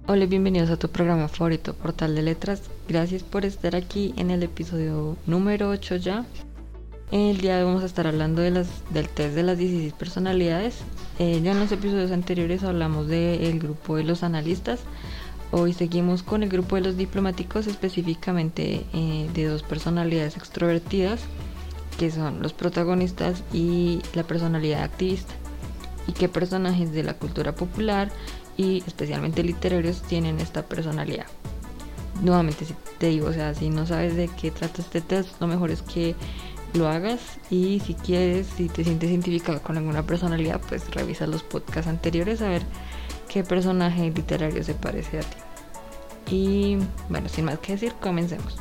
Hola y bienvenidos a tu programa favorito, Portal de Letras. Gracias por estar aquí en el episodio número 8 ya. El día de hoy vamos a estar hablando del test de las 16 personalidades. Ya en los episodios anteriores hablamos del grupo de los analistas. Hoy seguimos con el grupo de los diplomáticos, específicamente de dos personalidades extrovertidas, que son los protagonistas y la personalidad activista. Y qué personajes de la cultura popular y especialmente literarios tienen esta personalidad. Nuevamente, si te digo, o sea, si no sabes de qué trata este test, lo mejor es que lo hagas, y si quieres, si te sientes identificado con alguna personalidad, pues revisa los podcasts anteriores a ver qué personaje literario se parece a ti. Y bueno, sin más que decir, comencemos.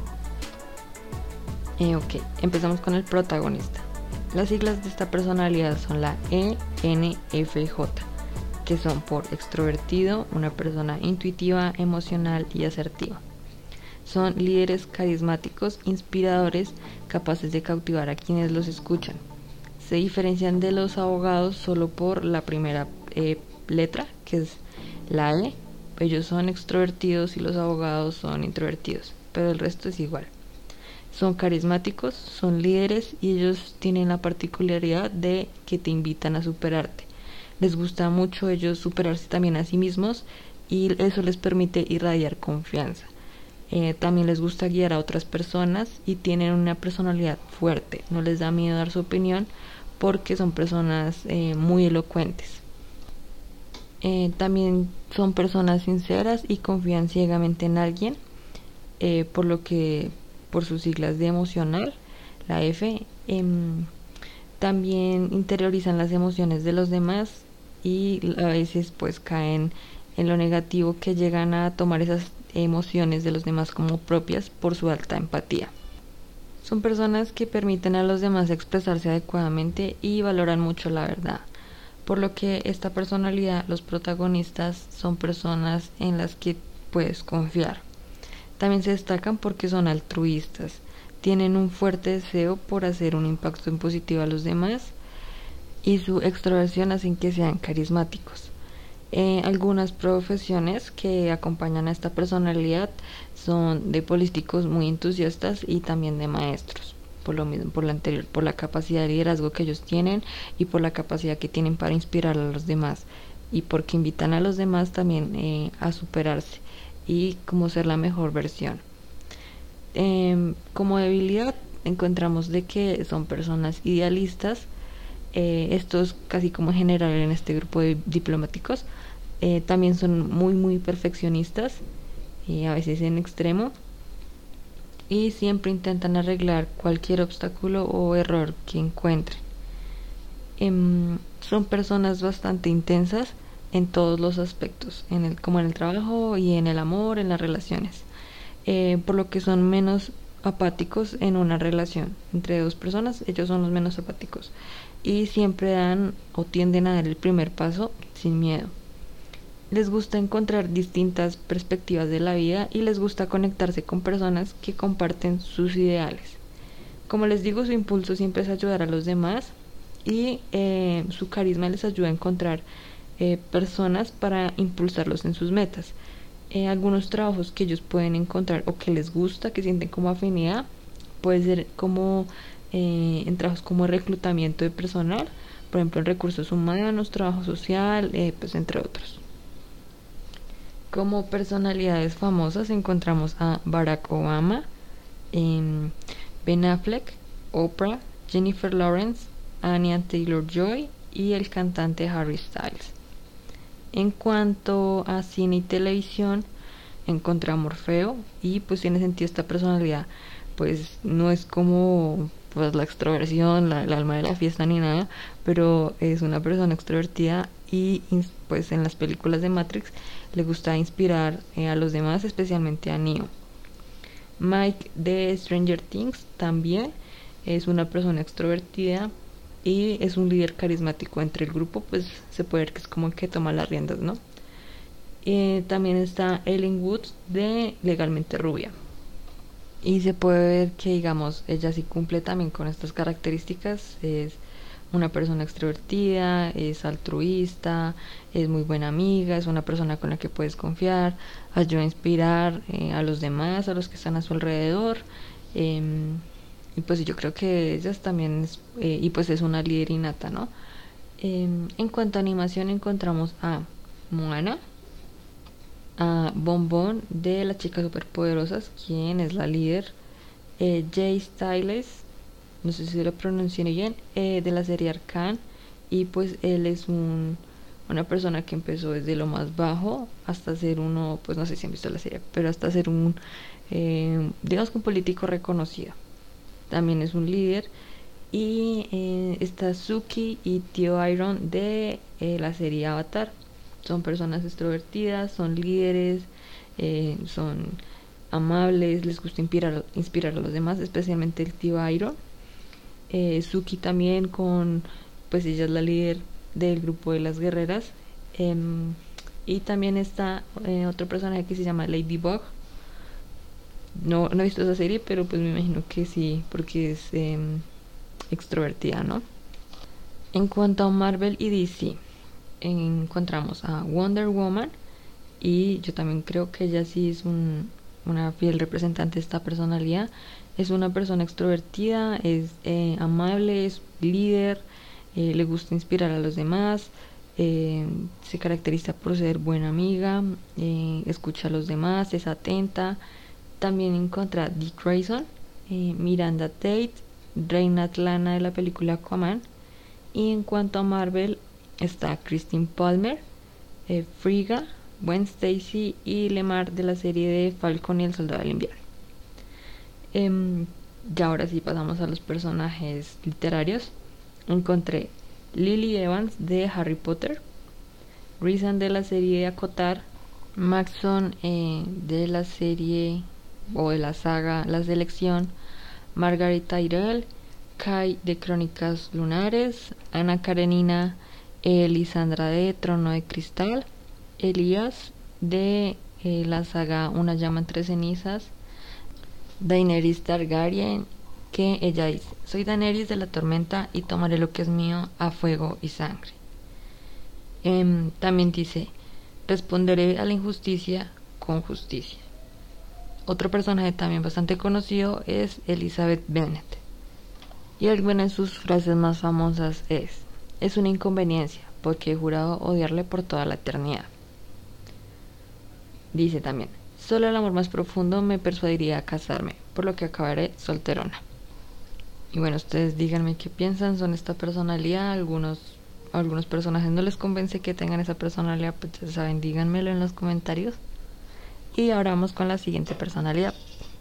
Ok, empezamos con el protagonista. Las siglas de esta personalidad son la ENFJ, que son por extrovertido, una persona intuitiva, emocional y asertiva. Son líderes carismáticos, inspiradores, capaces de cautivar a quienes los escuchan. Se diferencian de los abogados solo por la primera letra, que es la E. Ellos son extrovertidos y los abogados son introvertidos, pero el resto es igual. Son carismáticos, son líderes y ellos tienen la particularidad de que te invitan a superarte. Les gusta mucho ellos superarse también a sí mismos y eso les permite irradiar confianza. También les gusta guiar a otras personas y tienen una personalidad fuerte. No les da miedo dar su opinión porque son personas muy elocuentes. También son personas sinceras y confían ciegamente en alguien, por sus siglas de emocional, la F. También interiorizan las emociones de los demás y a veces pues caen en lo negativo, que llegan a tomar esas emociones de los demás como propias por su alta empatía. Son personas que permiten a los demás expresarse adecuadamente y valoran mucho la verdad, por lo que esta personalidad, los protagonistas, son personas en las que puedes confiar. También se destacan porque son altruistas, tienen un fuerte deseo por hacer un impacto en positivo a los demás y su extroversión hacen que sean carismáticos. Algunas profesiones que acompañan a esta personalidad son de políticos muy entusiastas y también de maestros, por lo mismo, por lo anterior, por la capacidad de liderazgo que ellos tienen y por la capacidad que tienen para inspirar a los demás, y porque invitan a los demás también a superarse y como ser la mejor versión. Como debilidad encontramos de que son personas idealistas. Esto es casi como general en este grupo de diplomáticos. También son muy perfeccionistas, a veces en extremo, y siempre intentan arreglar cualquier obstáculo o error que encuentren. Son personas bastante intensas en todos los aspectos, como en el trabajo y en el amor, en las relaciones, por lo que son menos apáticos en una relación entre dos personas. Ellos son los menos apáticos y siempre dan o tienden a dar el primer paso sin miedo. Les gusta encontrar distintas perspectivas de la vida y les gusta conectarse con personas que comparten sus ideales. Como les digo, su impulso siempre es ayudar a los demás, y su carisma les ayuda a encontrar personas para impulsarlos en sus metas. Algunos trabajos que ellos pueden encontrar o que les gusta, que sienten como afinidad, puede ser como en trabajos como reclutamiento de personal, por ejemplo en recursos humanos, trabajo social, pues entre otros. Como personalidades famosas encontramos a Barack Obama, Ben Affleck, Oprah, Jennifer Lawrence, Anya Taylor-Joy y el cantante Harry Styles. En cuanto a cine y televisión, encontramos Morfeo, y pues tiene sentido esta personalidad, pues no es como pues la extroversión, el alma de la fiesta ni nada, pero es una persona extrovertida y pues en las películas de Matrix le gusta inspirar a los demás, especialmente a Neo. Mike de Stranger Things también es una persona extrovertida y es un líder carismático entre el grupo, pues se puede ver que es como el que toma las riendas, ¿no? También está Ellen Woods de Legalmente Rubia, y se puede ver que, digamos, ella sí cumple también con estas características. Es una persona extrovertida, es altruista, es muy buena amiga, es una persona con la que puedes confiar, ayuda a inspirar a los demás, a los que están a su alrededor. Y pues yo creo que ellas también y pues es una líder innata, ¿no? En cuanto a animación encontramos a Moana, a Bonbon de las chicas superpoderosas, quien es la líder, Jay Styles, no sé si lo pronuncié bien, de la serie Arcane, y pues él es una persona que empezó desde lo más bajo hasta ser uno, pues no sé si han visto la serie, pero hasta ser digamos que un político reconocido. También es un líder. Y está Suki y Tío Iron de la serie Avatar. Son personas extrovertidas, son líderes, son amables, les gusta inspirar a los demás, especialmente el Tío Iron. Suki también pues ella es la líder del grupo de las guerreras. Y también está otro personaje que se llama Ladybug. No he visto esa serie, pero pues me imagino que sí, porque es extrovertida, ¿no? En cuanto a Marvel y DC, encontramos a Wonder Woman, y yo también creo que ella sí es una fiel representante de esta personalidad. Es una persona extrovertida, es amable, es líder, le gusta inspirar a los demás, se caracteriza por ser buena amiga, escucha a los demás, es atenta. También encuentra Dick Grayson, Miranda Tate, Reina Atlanta de la película Aquaman. Y en cuanto a Marvel está Christine Palmer, Frigga, Gwen Stacy y Lemar de la serie de Falcon y el Soldado del Invierno. Ya ahora sí pasamos a los personajes literarios. Encontré Lily Evans de Harry Potter, Rhysand de la serie de Acotar, Maxon de la serie o de la saga La Selección, Margaret Tyrell, Kai de Crónicas Lunares, Ana Karenina, Lisandra de Trono de Cristal, Elías de la saga Una llama entre cenizas, Daenerys Targaryen, que ella dice: soy Daenerys de la tormenta y tomaré lo que es mío a fuego y sangre. También dice: responderé a la injusticia con justicia. Otro personaje también bastante conocido es Elizabeth Bennet, y alguna de sus frases más famosas es una inconveniencia porque he jurado odiarle por toda la eternidad. Dice también: solo el amor más profundo me persuadiría a casarme, por lo que acabaré solterona. Y bueno, ustedes díganme qué piensan, son esta personalidad. Algunos personajes no les convence que tengan esa personalidad, pues ya saben, díganmelo en los comentarios. Y ahora vamos con la siguiente personalidad.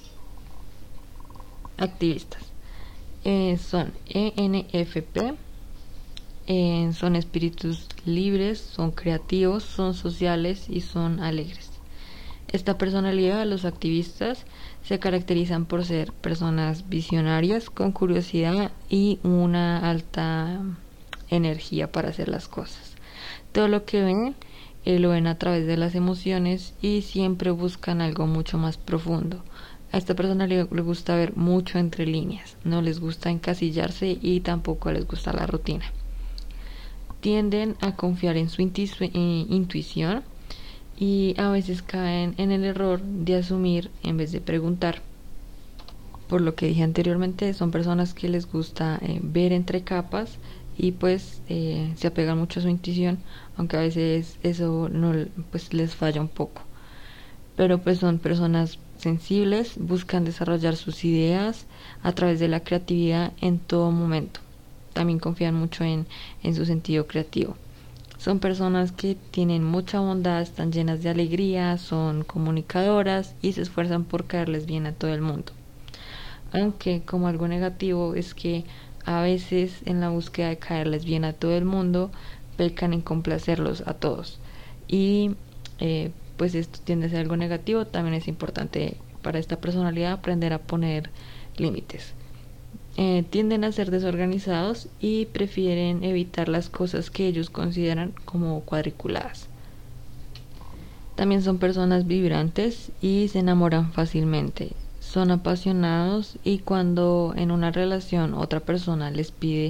Activistas. Son ENFP, son espíritus libres, son creativos, son sociales y son alegres. Esta personalidad, los activistas, se caracterizan por ser personas visionarias, con curiosidad y una alta energía para hacer las cosas. Todo lo que ven, lo ven a través de las emociones y siempre buscan algo mucho más profundo. A esta personalidad le gusta ver mucho entre líneas, no les gusta encasillarse y tampoco les gusta la rutina. Tienden a confiar en su intuición, y a veces caen en el error de asumir en vez de preguntar. Por lo que dije anteriormente, son personas que les gusta ver entre capas y pues se apegan mucho a su intuición, aunque a veces eso no, pues les falla un poco. Pero pues son personas sensibles, buscan desarrollar sus ideas a través de la creatividad en todo momento. También confían mucho en su sentido creativo. Son personas que tienen mucha bondad, están llenas de alegría, son comunicadoras y se esfuerzan por caerles bien a todo el mundo. Aunque como algo negativo es que a veces en la búsqueda de caerles bien a todo el mundo, pecan en complacerlos a todos. Y pues esto tiende a ser algo negativo. También es importante para esta personalidad aprender a poner límites. Tienden a ser desorganizados y prefieren evitar las cosas que ellos consideran como cuadriculadas. También son personas vibrantes y se enamoran fácilmente. Son apasionados y cuando en una relación otra persona les pide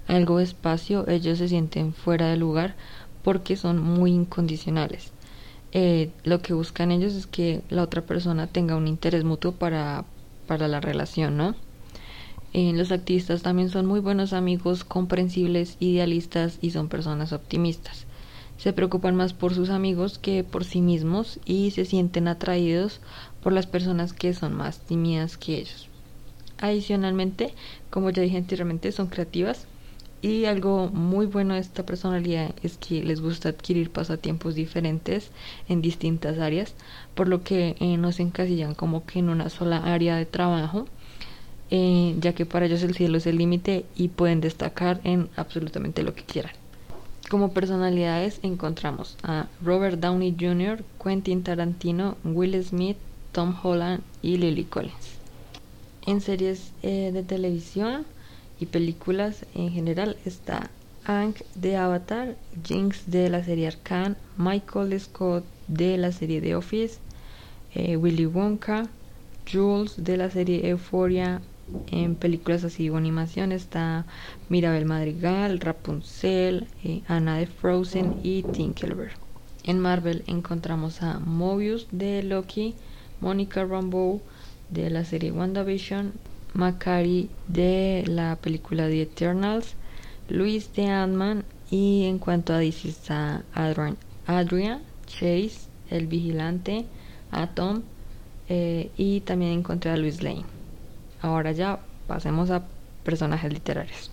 algo de espacio, ellos se sienten fuera de lugar porque son muy incondicionales. Lo que buscan ellos es que la otra persona tenga un interés mutuo para la relación, ¿no? Los activistas también son muy buenos amigos, comprensibles, idealistas y son personas optimistas. Se preocupan más por sus amigos que por sí mismos y se sienten atraídos por las personas que son más tímidas que ellos. Adicionalmente, como ya dije anteriormente, son creativas y algo muy bueno de esta personalidad es que les gusta adquirir pasatiempos diferentes en distintas áreas, por lo que no se encasillan como que en una sola área de trabajo, ya que para ellos el cielo es el límite y pueden destacar en absolutamente lo que quieran. Como personalidades encontramos a Robert Downey Jr., Quentin Tarantino, Will Smith, Tom Holland y Lily Collins. En series de televisión y películas en general está Aang de Avatar, Jinx de la serie Arcane, Michael Scott de la serie The Office, Willy Wonka, Jules de la serie Euphoria. En películas así o animación está Mirabel Madrigal, Rapunzel, Anna de Frozen y Tinkerbell. En Marvel encontramos a Mobius de Loki, Monica Rambeau de la serie WandaVision, Macari de la película The Eternals, Luis de Ant-Man y en cuanto a DC está Adrian, Chase, El Vigilante, Atom y también encontré a Luis Lane. Ahora ya pasemos a personajes literarios.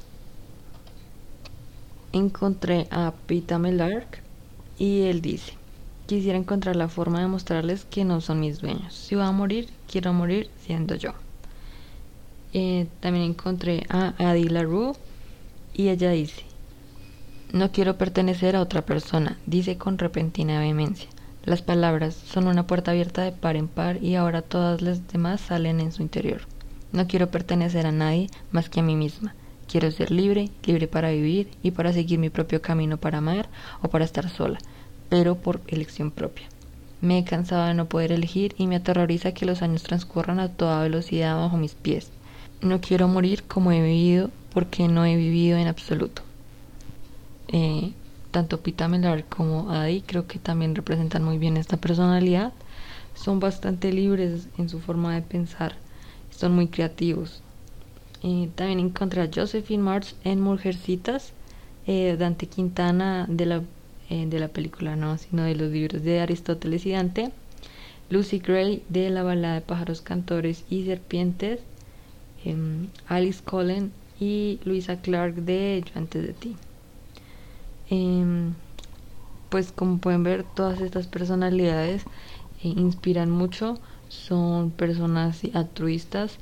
Encontré a Pita Mellark y él dice: quisiera encontrar la forma de mostrarles que no son mis dueños. Si voy a morir, quiero morir siendo yo. También encontré a Adi LaRue y ella dice: no quiero pertenecer a otra persona, dice con repentina vehemencia. Las palabras son una puerta abierta de par en par y ahora todas las demás salen en su interior. No quiero pertenecer a nadie más que a mí misma. Quiero ser libre, libre para vivir y para seguir mi propio camino para amar o para estar sola, pero por elección propia. Me he cansado de no poder elegir y me aterroriza que los años transcurran a toda velocidad bajo mis pies. No quiero morir como he vivido porque no he vivido en absoluto. Tanto Pita Mellark como Adi creo que también representan muy bien esta personalidad. Son bastante libres en su forma de pensar. Son muy creativos. También encontré a Josephine March en Mujercitas, Dante Quintana de la película, no, sino de los libros de Aristóteles y Dante, Lucy Gray de la balada de pájaros, cantores y serpientes, Alice Cullen y Luisa Clark de Yo antes de ti. Pues como pueden ver, todas estas personalidades inspiran mucho. Son personas altruistas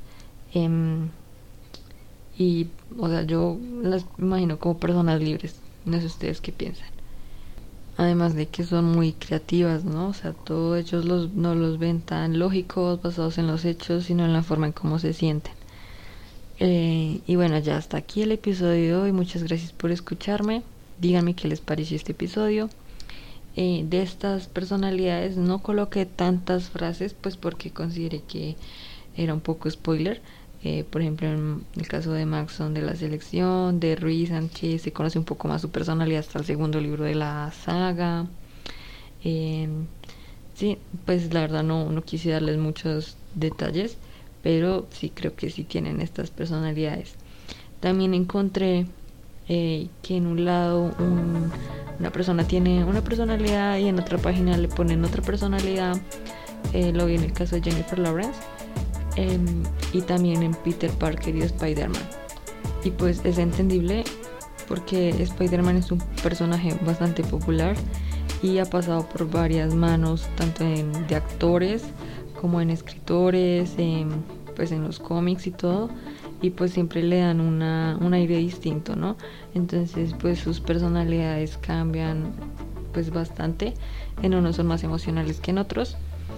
y, o sea, yo las imagino como personas libres. No sé ustedes qué piensan. Además de que son muy creativas, ¿no? O sea, todos ellos no los ven tan lógicos, basados en los hechos, sino en la forma en cómo se sienten. Y bueno, ya hasta aquí el episodio de hoy. Muchas gracias por escucharme. Díganme qué les pareció este episodio. De estas personalidades no coloqué tantas frases, pues porque consideré que era un poco spoiler. Por ejemplo, en el caso de Maxon de la selección, de Ruiz Sánchez se conoce un poco más su personalidad hasta el segundo libro de la saga. Sí, pues la verdad no quise darles muchos detalles, pero sí creo que sí tienen estas personalidades. También encontré que en un lado una persona tiene una personalidad y en otra página le ponen otra personalidad. Lo vi en el caso de Jennifer Lawrence, y también en Peter Parker y Spider-Man. Y pues es entendible porque Spider-Man es un personaje bastante popular y ha pasado por varias manos, tanto de actores como en escritores, pues en los cómics y todo, y pues siempre le dan un aire distinto, ¿no? Entonces pues sus personalidades cambian pues bastante. En unos son más emocionales que en otros,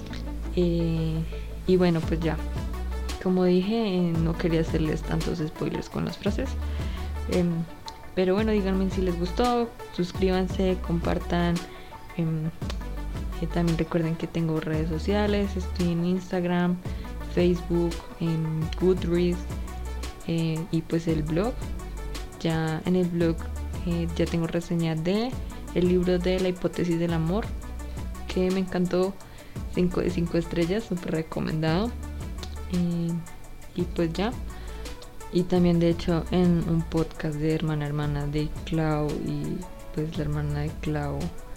y bueno, pues ya, como dije, no quería hacerles tantos spoilers con las frases, pero bueno, díganme si les gustó, suscríbanse, compartan. También recuerden que tengo redes sociales, estoy en Instagram, Facebook, en Goodreads, y pues el blog ya en el blog ya tengo reseña de el libro de La hipótesis del amor, que me encantó, 5 de 5 estrellas, súper recomendado. Y pues ya. Y también de hecho en un podcast de Hermana Hermana de Clau y pues la hermana de Clau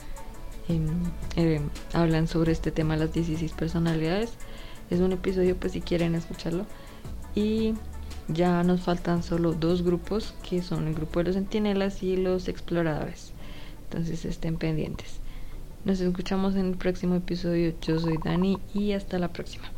hablan sobre este tema, las 16 personalidades. Es un episodio pues si quieren escucharlo. Y ya nos faltan solo 2 grupos, que son el grupo de los centinelas y los exploradores. Entonces estén pendientes. Nos escuchamos en el próximo episodio. Yo soy Dani y hasta la próxima.